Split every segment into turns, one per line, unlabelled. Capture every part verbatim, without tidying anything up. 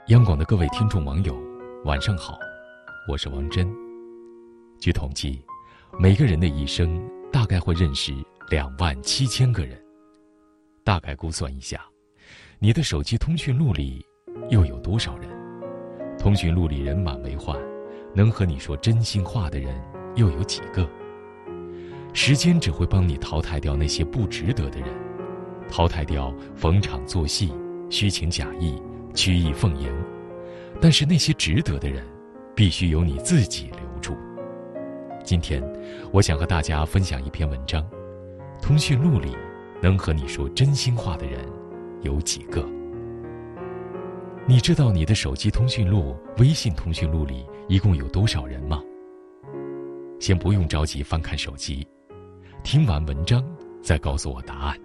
央广的各位听众网友，晚上好，我是王真。据统计，每个人的一生大概会认识两万七千个人。大概估算一下，你的手机通讯录里又有多少人？通讯录里人满为患，能和你说真心话的人又有几个？时间只会帮你淘汰掉那些不值得的人，淘汰掉逢场作戏、虚情假意、曲意奉迎，但是那些值得的人，必须由你自己留住。今天，我想和大家分享一篇文章：通讯录里能和你说真心话的人有几个？你知道你的手机通讯录、微信通讯录里一共有多少人吗？先不用着急翻看手机，听完文章再告诉我答案。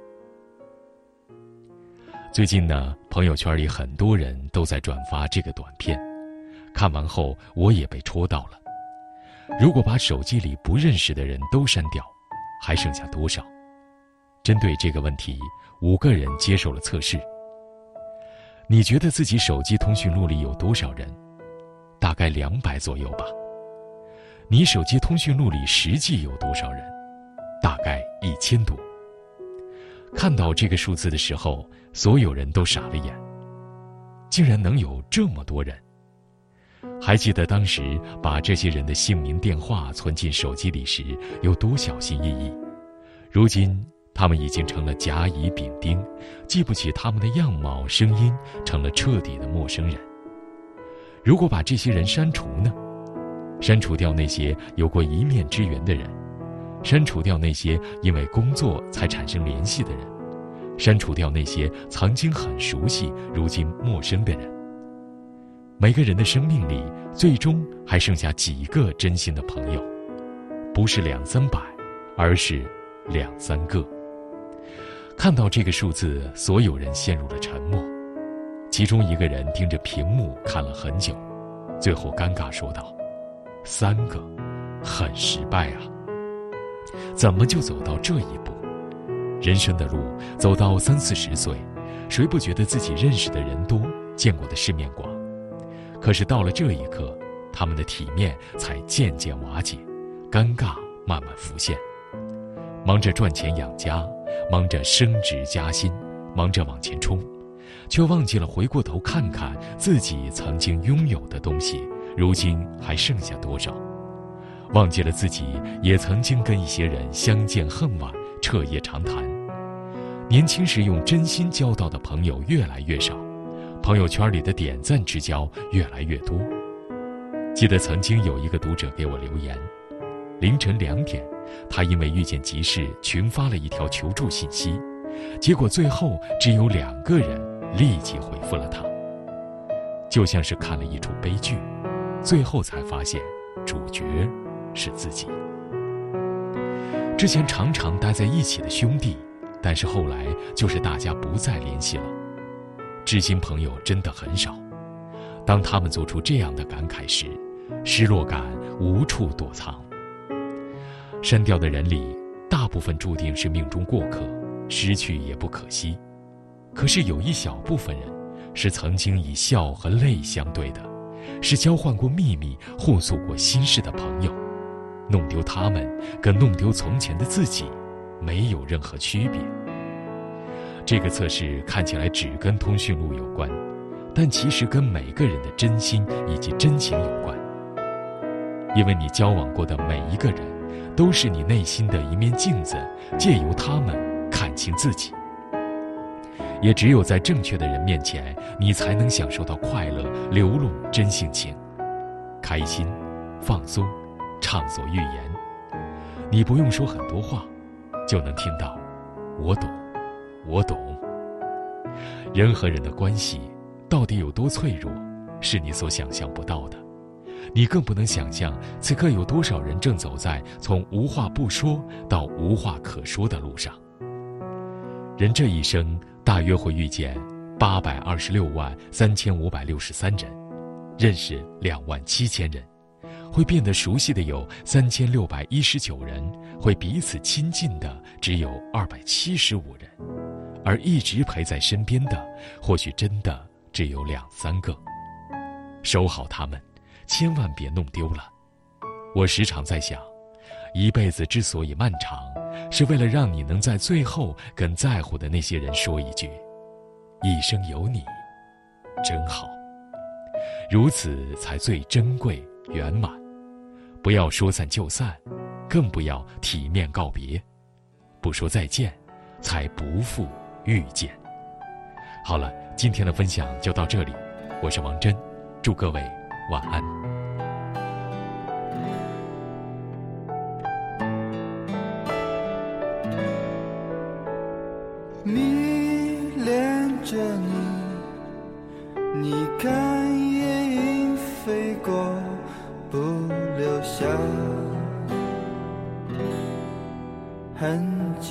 最近呢，朋友圈里很多人都在转发这个短片，看完后我也被戳到了。如果把手机里不认识的人都删掉，还剩下多少？针对这个问题，五个人接受了测试。你觉得自己手机通讯录里有多少人？大概两百左右吧。你手机通讯录里实际有多少人？大概一千多。看到这个数字的时候，所有人都傻了眼，竟然能有这么多人。还记得当时把这些人的姓名电话存进手机里时有多小心翼翼，如今他们已经成了甲乙丙丁，记不起他们的样貌声音，成了彻底的陌生人。如果把这些人删除呢？删除掉那些有过一面之缘的人，删除掉那些因为工作才产生联系的人，删除掉那些曾经很熟悉如今陌生的人。每个人的生命里最终还剩下几个真心的朋友，不是两三百，而是两三个。看到这个数字，所有人陷入了沉默。其中一个人盯着屏幕看了很久，最后尴尬说道：三个，很失败啊。怎么就走到这一步？人生的路走到三四十岁，谁不觉得自己认识的人多，见过的世面广？可是到了这一刻，他们的体面才渐渐瓦解，尴尬慢慢浮现。忙着赚钱养家，忙着升职加薪，忙着往前冲，却忘记了回过头看看自己曾经拥有的东西，如今还剩下多少？忘记了自己也曾经跟一些人相见恨晚，彻夜长谈。年轻时用真心交到的朋友越来越少，朋友圈里的点赞之交越来越多。记得曾经有一个读者给我留言，凌晨两点，他因为遇见急事群发了一条求助信息，结果最后只有两个人立即回复了他。就像是看了一出悲剧，最后才发现主角是自己。之前常常待在一起的兄弟，但是后来就是大家不再联系了。知心朋友真的很少，当他们做出这样的感慨时，失落感无处躲藏。删掉的人里，大部分注定是命中过客，失去也不可惜。可是有一小部分人，是曾经以笑和泪相对的，是交换过秘密、互诉过心事的朋友。弄丢他们，跟弄丢从前的自己，没有任何区别。这个测试看起来只跟通讯录有关，但其实跟每个人的真心以及真情有关。因为你交往过的每一个人，都是你内心的一面镜子，借由他们看清自己。也只有在正确的人面前，你才能享受到快乐，流露真性情，开心、放松、畅所欲言。你不用说很多话，就能听到我懂，我懂。人和人的关系到底有多脆弱，是你所想象不到的。你更不能想象此刻有多少人正走在从无话不说到无话可说的路上。人这一生大约会遇见八百二十六万三千五百六十三人，认识两万七千人，会变得熟悉的有三千六百一十九人，会彼此亲近的只有二百七十五人，而一直陪在身边的，或许真的只有两三个。收好它们，千万别弄丢了。我时常在想，一辈子之所以漫长，是为了让你能在最后跟在乎的那些人说一句：一生有你，真好。如此才最珍贵圆满。不要说散就散，更不要体面告别。不说再见，才不负遇见。好了，今天的分享就到这里，我是王真，祝各位晚安。
迷恋着你，你看夜莺飞过，不留下痕迹。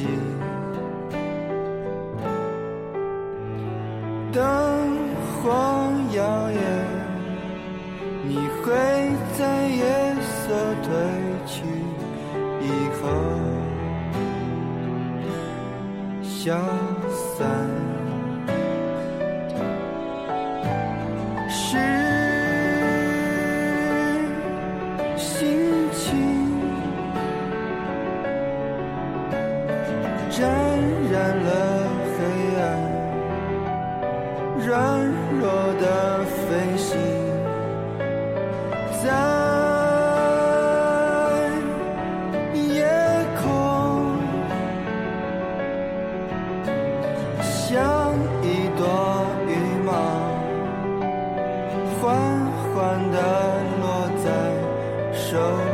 灯光耀眼，你会在夜色褪去以后消散。是心情沾染了黑暗，软弱的飞行在夜空，像一朵羽毛缓缓地落在手